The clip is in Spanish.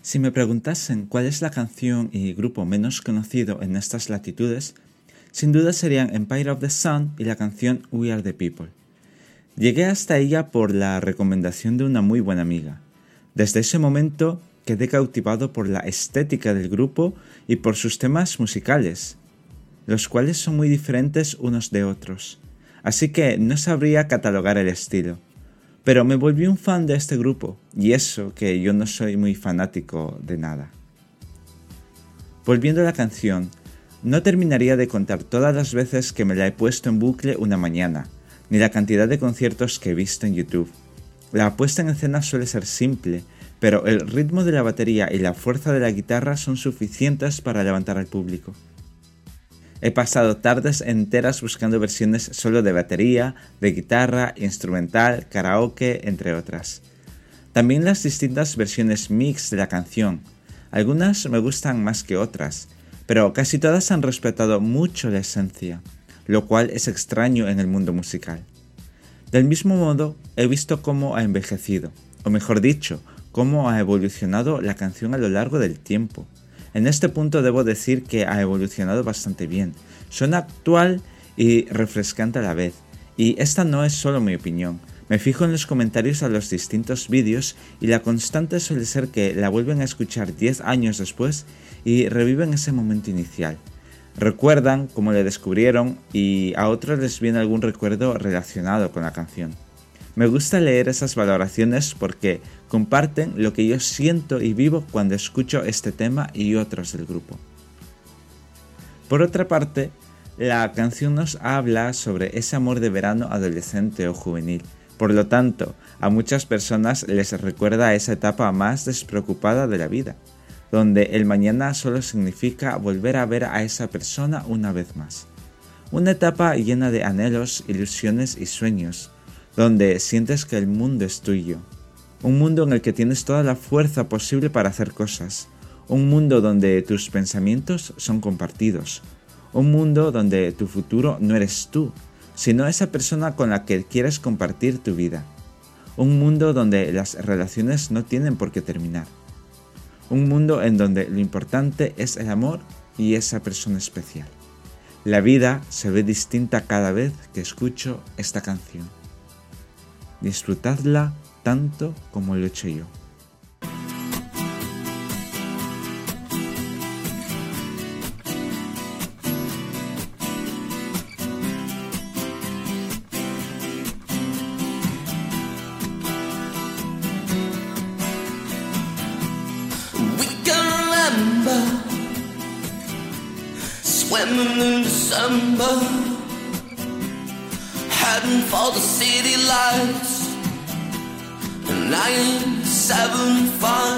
Si me preguntasen cuál es la canción y grupo menos conocido en estas latitudes, sin duda serían Empire of the Sun y la canción We Are the People. Llegué hasta ella por la recomendación de una muy buena amiga. Desde ese momento quedé cautivado por la estética del grupo y por sus temas musicales, los cuales son muy diferentes unos de otros, así que no sabría catalogar el estilo. Pero me volví un fan de este grupo, y eso que yo no soy muy fanático de nada. Volviendo a la canción, no terminaría de contar todas las veces que me la he puesto en bucle una mañana, ni la cantidad de conciertos que he visto en YouTube. La puesta en escena suele ser simple, pero el ritmo de la batería y la fuerza de la guitarra son suficientes para levantar al público. He pasado tardes enteras buscando versiones solo de batería, de guitarra, instrumental, karaoke, entre otras. También las distintas versiones mix de la canción. Algunas me gustan más que otras, pero casi todas han respetado mucho la esencia, lo cual es extraño en el mundo musical. Del mismo modo, he visto cómo ha envejecido, o mejor dicho, cómo ha evolucionado la canción a lo largo del tiempo. En este punto debo decir que ha evolucionado bastante bien. Suena actual y refrescante a la vez. Y esta no es solo mi opinión. Me fijo en los comentarios a los distintos vídeos y la constante suele ser que la vuelven a escuchar 10 años después y reviven ese momento inicial. Recuerdan cómo le descubrieron y a otros les viene algún recuerdo relacionado con la canción. Me gusta leer esas valoraciones porque comparten lo que yo siento y vivo cuando escucho este tema y otros del grupo. Por otra parte, la canción nos habla sobre ese amor de verano adolescente o juvenil. Por lo tanto, a muchas personas les recuerda a esa etapa más despreocupada de la vida, donde el mañana solo significa volver a ver a esa persona una vez más. Una etapa llena de anhelos, ilusiones y sueños, donde sientes que el mundo es tuyo. Un mundo en el que tienes toda la fuerza posible para hacer cosas. Un mundo donde tus pensamientos son compartidos. Un mundo donde tu futuro no eres tú, sino esa persona con la que quieres compartir tu vida. Un mundo donde las relaciones no tienen por qué terminar. Un mundo en donde lo importante es el amor y esa persona especial. La vida se ve distinta cada vez que escucho esta canción. Disfrutadla tanto como lo he hecho yo. We can remember swimming in December, heading for the city lights. 975